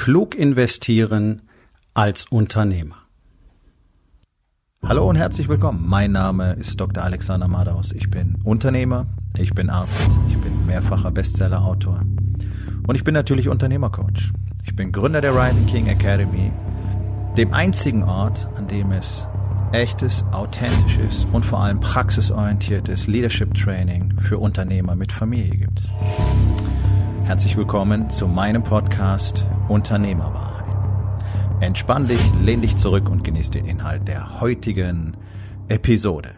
Klug investieren als Unternehmer. Hallo und herzlich willkommen. Mein Name ist Dr. Alexander Madaus. Ich bin Unternehmer, ich bin Arzt, ich bin mehrfacher Bestseller-Autor und ich bin natürlich Unternehmercoach. Ich bin Gründer der Rising King Academy, dem einzigen Ort, an dem es echtes, authentisches und vor allem praxisorientiertes Leadership Training für Unternehmer mit Familie gibt. Herzlich willkommen zu meinem Podcast Unternehmerwahrheit. Entspann dich, lehn dich zurück und genieß den Inhalt der heutigen Episode.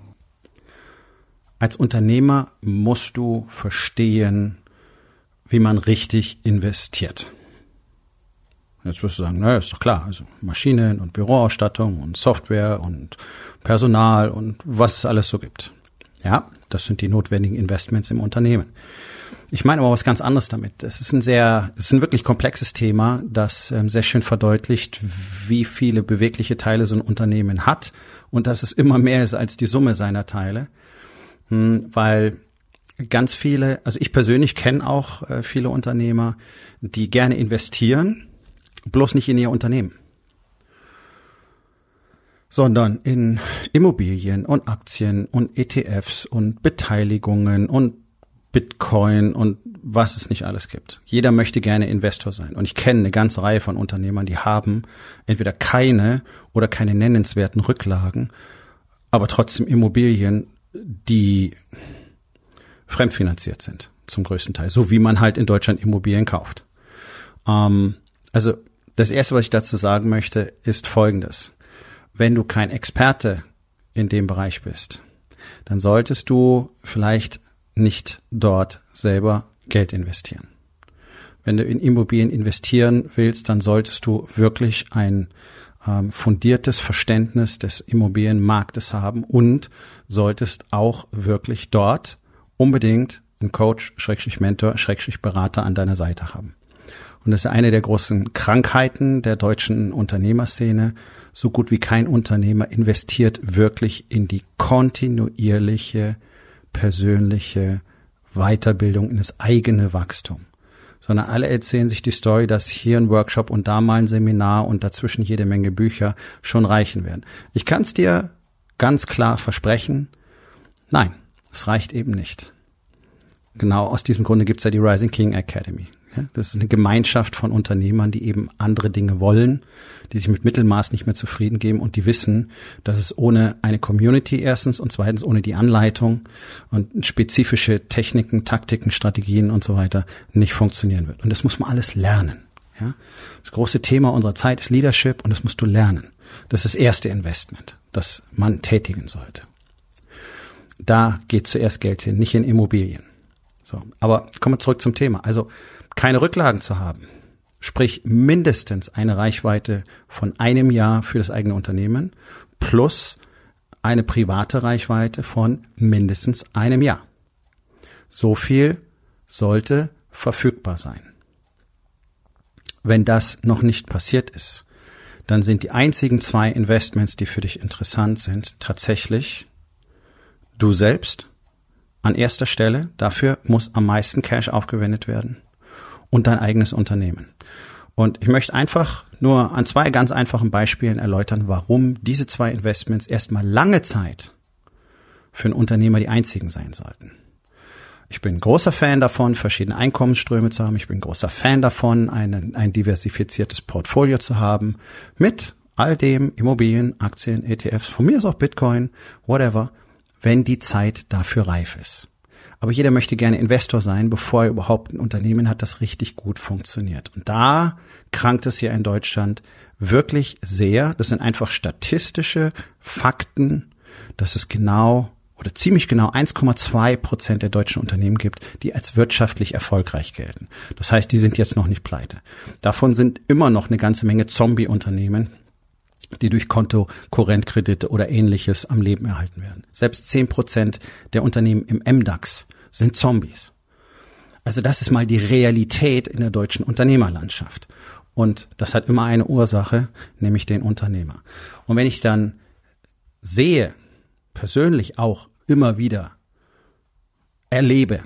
Als Unternehmer musst du verstehen, wie man richtig investiert. Jetzt wirst du sagen, naja, ist doch klar, also Maschinen und Büroausstattung und Software und Personal und was es alles so gibt. Ja, das sind die notwendigen Investments im Unternehmen. Ich meine aber was ganz anderes damit. Es ist ein wirklich komplexes Thema, das sehr schön verdeutlicht, wie viele bewegliche Teile so ein Unternehmen hat und dass es immer mehr ist als die Summe seiner Teile, weil ganz viele, also ich persönlich kenne auch viele Unternehmer, die gerne investieren, bloß nicht in ihr Unternehmen, sondern in Immobilien und Aktien und ETFs und Beteiligungen und Bitcoin und was es nicht alles gibt. Jeder möchte gerne Investor sein. Und ich kenne eine ganze Reihe von Unternehmern, die haben entweder keine oder keine nennenswerten Rücklagen, aber trotzdem Immobilien, die fremdfinanziert sind, zum größten Teil. So wie man halt in Deutschland Immobilien kauft. Also das Erste, was ich dazu sagen möchte, ist Folgendes. Wenn du kein Experte in dem Bereich bist, dann solltest du vielleicht nicht dort selber Geld investieren. Wenn du in Immobilien investieren willst, dann solltest du wirklich ein fundiertes Verständnis des Immobilienmarktes haben und solltest auch wirklich dort unbedingt einen Coach, Mentor, Berater an deiner Seite haben. Und das ist eine der großen Krankheiten der deutschen Unternehmerszene. So gut wie kein Unternehmer investiert wirklich in die kontinuierliche persönliche Weiterbildung, in das eigene Wachstum. Sondern alle erzählen sich die Story, dass hier ein Workshop und da mal ein Seminar und dazwischen jede Menge Bücher schon reichen werden. Ich kann es dir ganz klar versprechen, nein, es reicht eben nicht. Genau aus diesem Grunde gibt es ja die Rising King Academy. Das ist eine Gemeinschaft von Unternehmern, die eben andere Dinge wollen, die sich mit Mittelmaß nicht mehr zufrieden geben und die wissen, dass es ohne eine Community erstens und zweitens ohne die Anleitung und spezifische Techniken, Taktiken, Strategien und so weiter nicht funktionieren wird. Und das muss man alles lernen. Ja? Das große Thema unserer Zeit ist Leadership und das musst du lernen. Das ist das erste Investment, das man tätigen sollte. Da geht zuerst Geld hin, nicht in Immobilien. So, aber kommen wir zurück zum Thema. Also keine Rücklagen zu haben, sprich mindestens eine Reichweite von einem Jahr für das eigene Unternehmen plus eine private Reichweite von mindestens einem Jahr. So viel sollte verfügbar sein. Wenn das noch nicht passiert ist, dann sind die einzigen zwei Investments, die für dich interessant sind, tatsächlich du selbst an erster Stelle. Dafür muss am meisten Cash aufgewendet werden. Und dein eigenes Unternehmen. Und ich möchte einfach nur an zwei ganz einfachen Beispielen erläutern, warum diese zwei Investments erstmal lange Zeit für einen Unternehmer die einzigen sein sollten. Ich bin großer Fan davon, verschiedene Einkommensströme zu haben. Ich bin großer Fan davon, ein diversifiziertes Portfolio zu haben mit all dem Immobilien, Aktien, ETFs, von mir ist auch Bitcoin, whatever, wenn die Zeit dafür reif ist. Aber jeder möchte gerne Investor sein, bevor er überhaupt ein Unternehmen hat, das richtig gut funktioniert. Und da krankt es hier in Deutschland wirklich sehr. Das sind einfach statistische Fakten, dass es genau oder ziemlich genau 1,2% der deutschen Unternehmen gibt, die als wirtschaftlich erfolgreich gelten. Das heißt, die sind jetzt noch nicht pleite. Davon sind immer noch eine ganze Menge Zombie-Unternehmen, die durch Konto-Korrentkredite oder Ähnliches am Leben erhalten werden. Selbst 10% der Unternehmen im MDAX sind Zombies. Also das ist mal die Realität in der deutschen Unternehmerlandschaft. Und das hat immer eine Ursache, nämlich den Unternehmer. Und wenn ich dann sehe, persönlich auch immer wieder erlebe,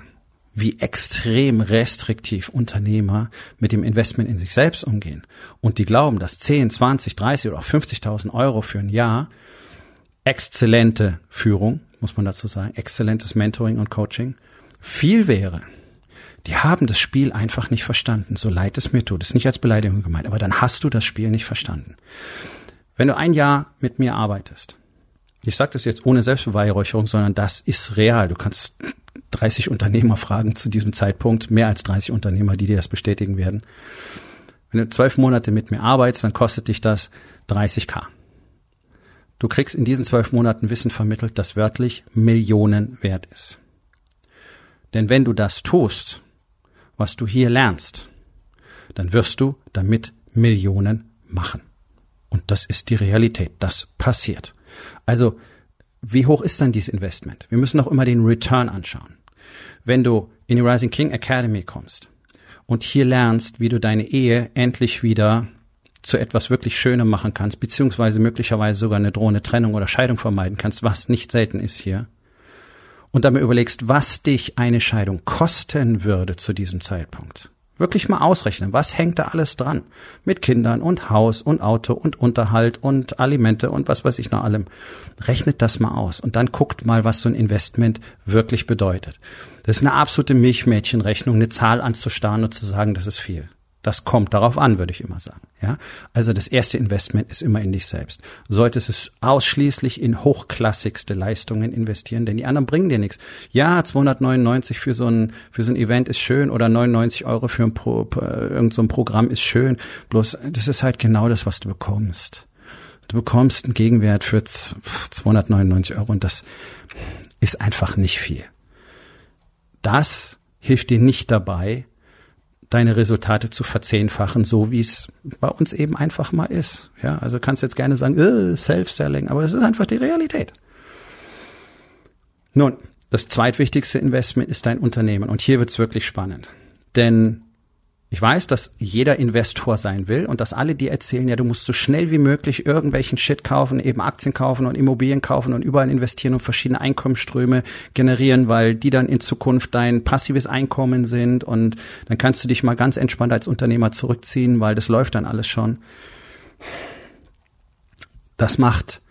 wie extrem restriktiv Unternehmer mit dem Investment in sich selbst umgehen. Und die glauben, dass 10, 20, 30 oder auch 50.000 Euro für ein Jahr exzellente Führung, muss man dazu sagen, exzellentes Mentoring und Coaching, viel wäre. Die haben das Spiel einfach nicht verstanden, so leid es mir tut. Das ist nicht als Beleidigung gemeint, aber dann hast du das Spiel nicht verstanden. Wenn du ein Jahr mit mir arbeitest, ich sage das jetzt ohne Selbstbeweihräucherung, sondern das ist real. Du kannst 30 Unternehmer fragen zu diesem Zeitpunkt, mehr als 30 Unternehmer, die dir das bestätigen werden. Wenn du 12 Monate mit mir arbeitest, dann kostet dich das 30.000. Du kriegst in diesen 12 Monaten Wissen vermittelt, das wörtlich Millionen wert ist. Denn wenn du das tust, was du hier lernst, dann wirst du damit Millionen machen. Und das ist die Realität. Das passiert. Also, wie hoch ist dann dieses Investment? Wir müssen auch immer den Return anschauen. Wenn du in die Rising King Academy kommst und hier lernst, wie du deine Ehe endlich wieder zu etwas wirklich Schönem machen kannst, beziehungsweise möglicherweise sogar eine drohende Trennung oder Scheidung vermeiden kannst, was nicht selten ist hier, und dann überlegst, was dich eine Scheidung kosten würde zu diesem Zeitpunkt. Wirklich mal ausrechnen, was hängt da alles dran? Mit Kindern und Haus und Auto und Unterhalt und Alimente und was weiß ich noch allem. Rechnet das mal aus und dann guckt mal, was so ein Investment wirklich bedeutet. Das ist eine absolute Milchmädchenrechnung, eine Zahl anzustarren und zu sagen, das ist viel. Das kommt darauf an, würde ich immer sagen. Ja, also das erste Investment ist immer in dich selbst. Du solltest es ausschließlich in hochklassigste Leistungen investieren, denn die anderen bringen dir nichts. Ja, 299 für so ein Event ist schön oder 99 € für irgend so ein Programm ist schön. Bloß das ist halt genau das, was du bekommst. Du bekommst einen Gegenwert für 299 € und das ist einfach nicht viel. Das hilft dir nicht dabei, deine Resultate zu verzehnfachen, so wie es bei uns eben einfach mal ist. Ja, also kannst jetzt gerne sagen, Self-Selling, aber es ist einfach die Realität. Nun, das zweitwichtigste Investment ist dein Unternehmen und hier wird's wirklich spannend. Denn ich weiß, dass jeder Investor sein will und dass alle dir erzählen, ja, du musst so schnell wie möglich irgendwelchen Shit kaufen, eben Aktien kaufen und Immobilien kaufen und überall investieren und verschiedene Einkommensströme generieren, weil die dann in Zukunft dein passives Einkommen sind und dann kannst du dich mal ganz entspannt als Unternehmer zurückziehen, weil das läuft dann alles schon. Das macht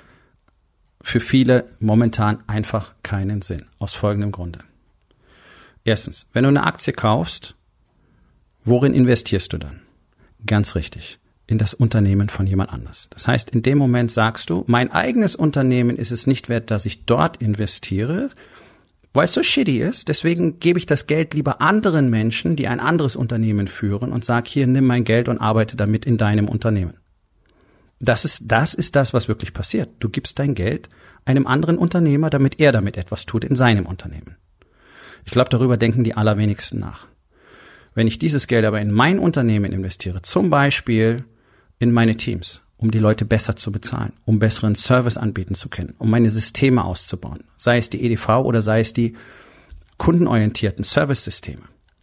für viele momentan einfach keinen Sinn, aus folgendem Grunde. Erstens, wenn du eine Aktie kaufst, worin investierst du dann? Ganz richtig, in das Unternehmen von jemand anders. Das heißt, in dem Moment sagst du, mein eigenes Unternehmen ist es nicht wert, dass ich dort investiere, weil es so shitty ist. Deswegen gebe ich das Geld lieber anderen Menschen, die ein anderes Unternehmen führen und sag, hier, nimm mein Geld und arbeite damit in deinem Unternehmen. Das ist das, was wirklich passiert. Du gibst dein Geld einem anderen Unternehmer, damit er damit etwas tut in seinem Unternehmen. Ich glaube, darüber denken die allerwenigsten nach. Wenn ich dieses Geld aber in mein Unternehmen investiere, zum Beispiel in meine Teams, um die Leute besser zu bezahlen, um besseren Service anbieten zu können, um meine Systeme auszubauen, sei es die EDV oder sei es die kundenorientierten Service-Systeme,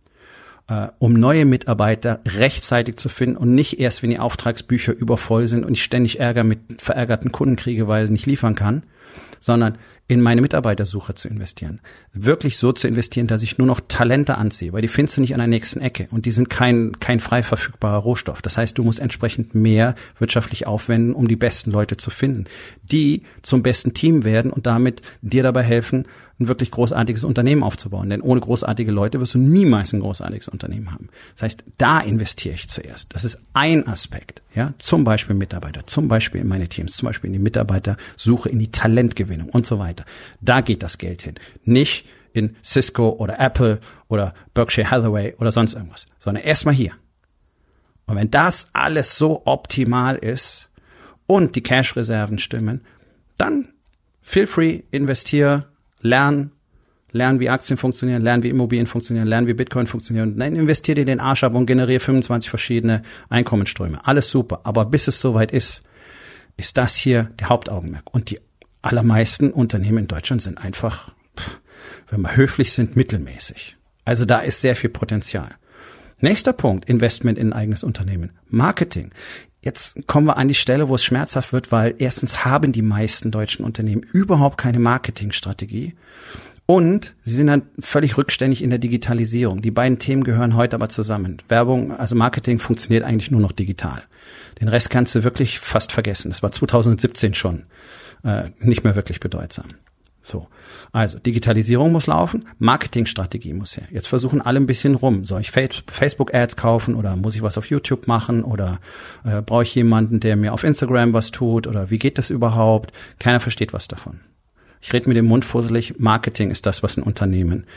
um neue Mitarbeiter rechtzeitig zu finden und nicht erst, wenn die Auftragsbücher übervoll sind und ich ständig Ärger mit verärgerten Kunden kriege, weil ich nicht liefern kann, sondern in meine Mitarbeitersuche zu investieren. Wirklich so zu investieren, dass ich nur noch Talente anziehe, weil die findest du nicht an der nächsten Ecke und die sind kein frei verfügbarer Rohstoff. Das heißt, du musst entsprechend mehr wirtschaftlich aufwenden, um die besten Leute zu finden, die zum besten Team werden und damit dir dabei helfen, ein wirklich großartiges Unternehmen aufzubauen. Denn ohne großartige Leute wirst du niemals ein großartiges Unternehmen haben. Das heißt, da investiere ich zuerst. Das ist ein Aspekt. Ja, zum Beispiel Mitarbeiter, zum Beispiel in meine Teams, zum Beispiel in die Mitarbeitersuche, in die Talentgewinnung und so weiter. Da geht das Geld hin. Nicht in Cisco oder Apple oder Berkshire Hathaway oder sonst irgendwas, sondern erstmal hier. Und wenn das alles so optimal ist und die Cash-Reserven stimmen, dann feel free, investiere, lern, wie Aktien funktionieren, lern, wie Immobilien funktionieren, lern, wie Bitcoin funktionieren. Dann investiere dir den Arsch ab und generiere 25 verschiedene Einkommensströme. Alles super. Aber bis es soweit ist das hier der Hauptaugenmerk. Und die allermeisten Unternehmen in Deutschland sind einfach, wenn wir höflich sind, mittelmäßig. Also da ist sehr viel Potenzial. Nächster Punkt, Investment in ein eigenes Unternehmen. Marketing. Jetzt kommen wir an die Stelle, wo es schmerzhaft wird, weil erstens haben die meisten deutschen Unternehmen überhaupt keine Marketingstrategie Und sie sind dann völlig rückständig in der Digitalisierung. Die beiden Themen gehören heute aber zusammen. Werbung, also Marketing funktioniert eigentlich nur noch digital. Den Rest kannst du wirklich fast vergessen. Das war 2017 schon nicht mehr wirklich bedeutsam. So, also Digitalisierung muss laufen, Marketingstrategie muss her. Jetzt versuchen alle ein bisschen rum. Soll ich Facebook-Ads kaufen oder muss ich was auf YouTube machen oder brauche ich jemanden, der mir auf Instagram was tut oder wie geht das überhaupt? Keiner versteht was davon. Ich rede mit dem Mund fusselig, Marketing ist das, was ein Unternehmen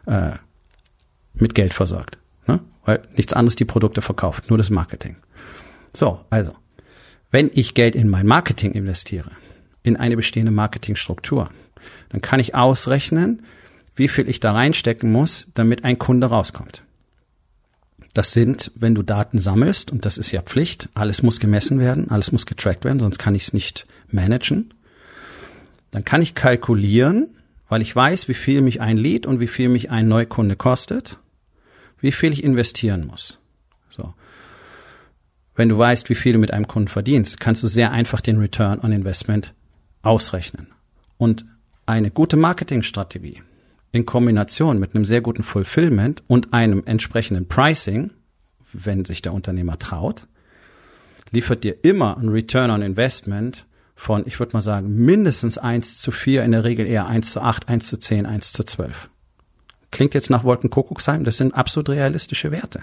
mit Geld versorgt. Ne? Weil nichts anderes die Produkte verkauft, nur das Marketing. So, also, wenn ich Geld in mein Marketing investiere, in eine bestehende Marketingstruktur, dann kann ich ausrechnen, wie viel ich da reinstecken muss, damit ein Kunde rauskommt. Das sind, wenn du Daten sammelst, und das ist ja Pflicht, alles muss gemessen werden, alles muss getrackt werden, sonst kann ich es nicht managen. Dann kann ich kalkulieren, weil ich weiß, wie viel mich ein Lead und wie viel mich ein Neukunde kostet, wie viel ich investieren muss. So. Wenn du weißt, wie viel du mit einem Kunden verdienst, kannst du sehr einfach den Return on Investment ausrechnen. Und eine gute Marketingstrategie in Kombination mit einem sehr guten Fulfillment und einem entsprechenden Pricing, wenn sich der Unternehmer traut, liefert dir immer ein Return on Investment von, ich würde mal sagen, mindestens 1:4, in der Regel eher 1:8, 1:10, 1:12. Klingt jetzt nach Wolkenkuckucksheim, das sind absolut realistische Werte.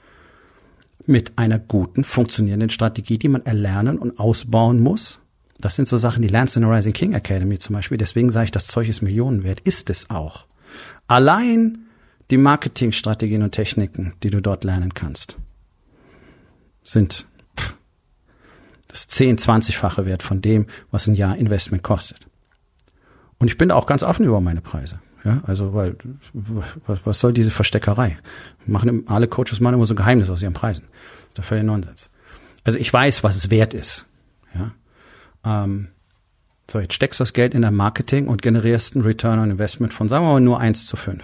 Mit einer guten, funktionierenden Strategie, die man erlernen und ausbauen muss. Das sind so Sachen, die lernst du in der Rising King Academy zum Beispiel. Deswegen sage ich, das Zeug ist Millionen wert. Ist es auch. Allein die Marketingstrategien und Techniken, die du dort lernen kannst, sind das 10-, 20-fache Wert von dem, was ein Jahr Investment kostet. Und ich bin da auch ganz offen über meine Preise. Ja, also, weil, was soll diese Versteckerei? Alle Coaches machen immer so ein Geheimnis aus ihren Preisen. Das ist doch völlig Nonsens. Also ich weiß, was es wert ist. Ja. So, jetzt steckst du das Geld in dein Marketing und generierst einen Return on Investment von, sagen wir mal, nur 1:5.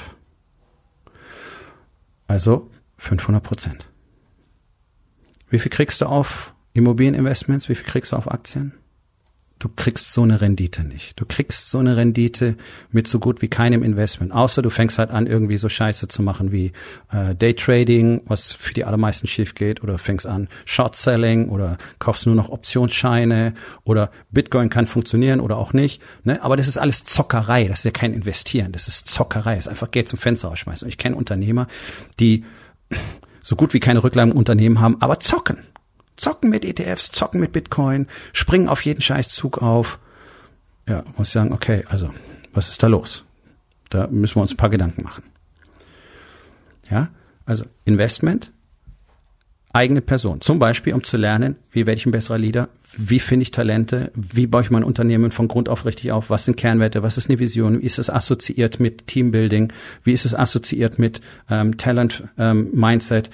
Also 500%. Wie viel kriegst du auf Immobilieninvestments? Wie viel kriegst du auf Aktien? Du kriegst so eine Rendite nicht. Du kriegst so eine Rendite mit so gut wie keinem Investment. Außer du fängst halt an, irgendwie so Scheiße zu machen wie Daytrading, was für die allermeisten schief geht, oder fängst an Short-Selling oder kaufst nur noch Optionsscheine oder Bitcoin kann funktionieren oder auch nicht. Ne? Aber das ist alles Zockerei. Das ist ja kein Investieren. Das ist Zockerei. Das ist einfach Geld zum Fenster rausschmeißen. Und ich kenne Unternehmer, die so gut wie keine Rücklagen im Unternehmen haben, aber zocken. Zocken mit ETFs, zocken mit Bitcoin, springen auf jeden Scheißzug auf. Ja, muss ich sagen, okay, also, was ist da los? Da müssen wir uns ein paar Gedanken machen. Ja, also Investment, eigene Person. Zum Beispiel, um zu lernen, wie werde ich ein besserer Leader? Wie finde ich Talente? Wie baue ich mein Unternehmen von Grund auf richtig auf? Was sind Kernwerte? Was ist eine Vision? Wie ist es assoziiert mit Teambuilding? Wie ist es assoziiert mit Talent, Mindset?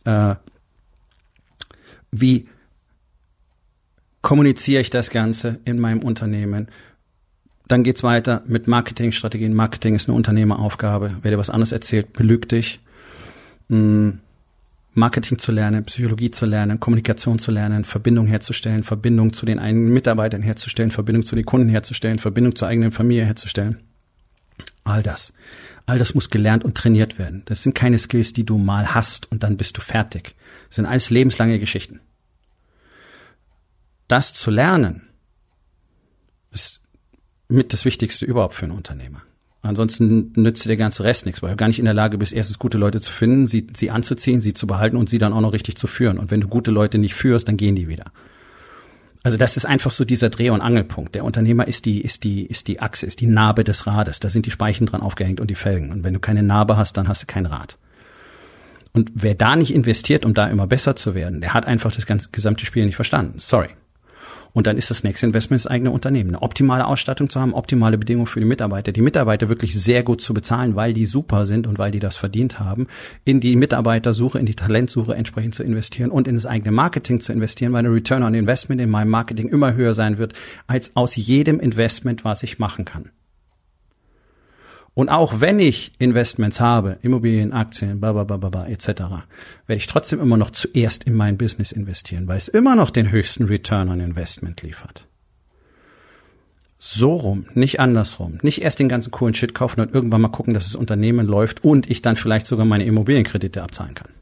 Wie kommuniziere ich das Ganze in meinem Unternehmen? Dann geht's weiter mit Marketingstrategien. Marketing ist eine Unternehmeraufgabe. Wer dir was anderes erzählt, belügt dich. Marketing zu lernen, Psychologie zu lernen, Kommunikation zu lernen, Verbindung herzustellen, Verbindung zu den eigenen Mitarbeitern herzustellen, Verbindung zu den Kunden herzustellen, Verbindung zur eigenen Familie herzustellen. All das muss gelernt und trainiert werden. Das sind keine Skills, die du mal hast und dann bist du fertig. Das sind alles lebenslange Geschichten. Das zu lernen ist mit das Wichtigste überhaupt für einen Unternehmer. Ansonsten nützt dir der ganze Rest nichts, weil du gar nicht in der Lage bist, erstens gute Leute zu finden, sie anzuziehen, sie zu behalten und sie dann auch noch richtig zu führen. Und wenn du gute Leute nicht führst, dann gehen die wieder. Also das ist einfach so dieser Dreh- und Angelpunkt. Der Unternehmer ist die Achse, ist die Narbe des Rades. Da sind die Speichen dran aufgehängt und die Felgen. Und wenn du keine Narbe hast, dann hast du kein Rad. Und wer da nicht investiert, um da immer besser zu werden, der hat einfach das gesamte Spiel nicht verstanden. Sorry. Und dann ist das nächste Investment das eigene Unternehmen. Eine optimale Ausstattung zu haben, optimale Bedingungen für die Mitarbeiter wirklich sehr gut zu bezahlen, weil die super sind und weil die das verdient haben, in die Mitarbeitersuche, in die Talentsuche entsprechend zu investieren und in das eigene Marketing zu investieren, weil der Return on Investment in meinem Marketing immer höher sein wird, als aus jedem Investment, was ich machen kann. Und auch wenn ich Investments habe, Immobilien, Aktien, etc., werde ich trotzdem immer noch zuerst in mein Business investieren, weil es immer noch den höchsten Return on Investment liefert. So rum, nicht andersrum. Nicht erst den ganzen coolen Shit kaufen und irgendwann mal gucken, dass das Unternehmen läuft und ich dann vielleicht sogar meine Immobilienkredite abzahlen kann.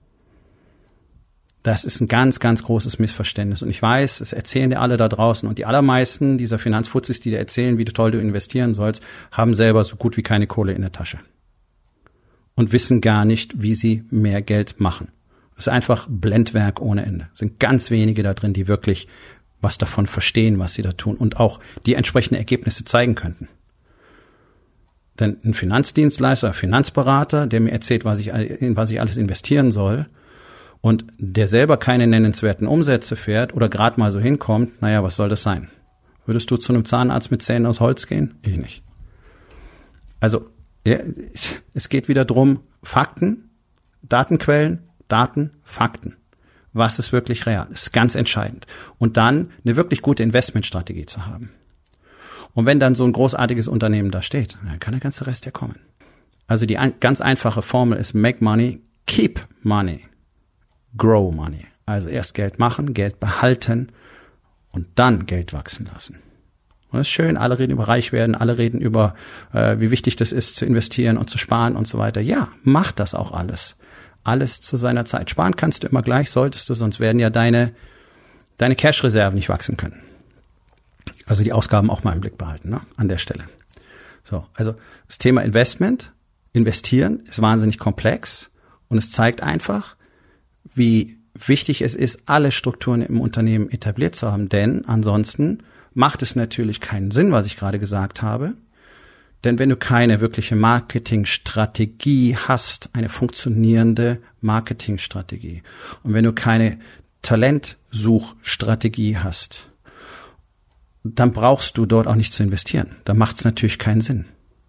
Das ist ein ganz, ganz großes Missverständnis. Und ich weiß, es erzählen dir alle da draußen. Und die allermeisten dieser Finanzfuzis, die dir erzählen, wie toll du investieren sollst, haben selber so gut wie keine Kohle in der Tasche. Und wissen gar nicht, wie sie mehr Geld machen. Das ist einfach Blendwerk ohne Ende. Es sind ganz wenige da drin, die wirklich was davon verstehen, was sie da tun und auch die entsprechenden Ergebnisse zeigen könnten. Denn ein Finanzdienstleister, Finanzberater, der mir erzählt, in was ich alles investieren soll und der selber keine nennenswerten Umsätze fährt oder gerade mal so hinkommt, naja, was soll das sein? Würdest du zu einem Zahnarzt mit Zähnen aus Holz gehen? Ich nicht. Also, ja, es geht wieder drum, Fakten, Datenquellen, Daten, Fakten. Was ist wirklich real? Das ist ganz entscheidend. Und dann eine wirklich gute Investmentstrategie zu haben. Und wenn dann so ein großartiges Unternehmen da steht, dann kann der ganze Rest ja kommen. Also die ganz einfache Formel ist make money, keep money, grow money. Also erst Geld machen, Geld behalten und dann Geld wachsen lassen. Und das ist schön, alle reden über reich werden, alle reden über, wie wichtig das ist, zu investieren und zu sparen und so weiter. Ja, mach das auch alles. Alles zu seiner Zeit. Sparen kannst du immer gleich, solltest du, sonst werden ja deine Cash-Reserven nicht wachsen können. Also die Ausgaben auch mal im Blick behalten, ne? An der Stelle. So, also das Thema investieren ist wahnsinnig komplex und es zeigt einfach, wie wichtig es ist, alle Strukturen im Unternehmen etabliert zu haben, denn ansonsten macht es natürlich keinen Sinn, was ich gerade gesagt habe. Denn wenn du keine wirkliche Marketingstrategie hast, eine funktionierende Marketingstrategie, und wenn du keine Talentsuchstrategie hast, dann brauchst du dort auch nicht zu investieren. Da macht es natürlich keinen Sinn.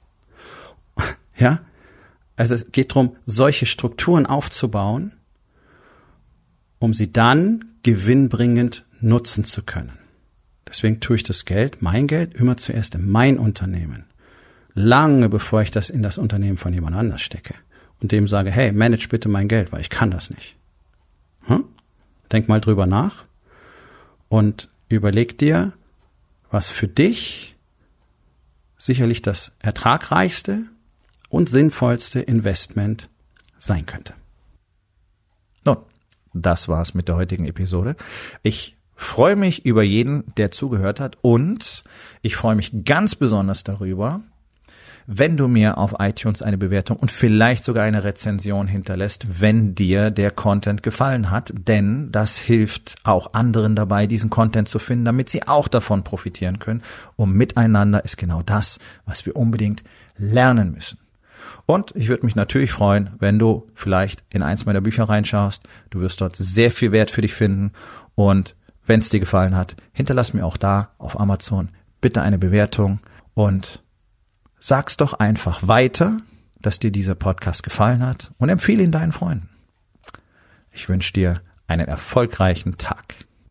Ja? Also es geht darum, solche Strukturen aufzubauen, um sie dann gewinnbringend nutzen zu können. Deswegen tue ich das Geld, mein Geld, immer zuerst in mein Unternehmen. Lange bevor ich das in das Unternehmen von jemand anders stecke und dem sage, hey, manage bitte mein Geld, weil ich kann das nicht. Denk mal drüber nach und überleg dir, was für dich sicherlich das ertragreichste und sinnvollste Investment sein könnte. Nun, das war's mit der heutigen Episode. Ich freue mich über jeden, der zugehört hat und ich freue mich ganz besonders darüber, wenn du mir auf iTunes eine Bewertung und vielleicht sogar eine Rezension hinterlässt, wenn dir der Content gefallen hat, denn das hilft auch anderen dabei, diesen Content zu finden, damit sie auch davon profitieren können. Und miteinander ist genau das, was wir unbedingt lernen müssen. Und ich würde mich natürlich freuen, wenn du vielleicht in eins meiner Bücher reinschaust. Du wirst dort sehr viel Wert für dich finden. Und wenn es dir gefallen hat, hinterlass mir auch da auf Amazon bitte eine Bewertung und sag's doch einfach weiter, dass dir dieser Podcast gefallen hat und empfehle ihn deinen Freunden. Ich wünsche dir einen erfolgreichen Tag.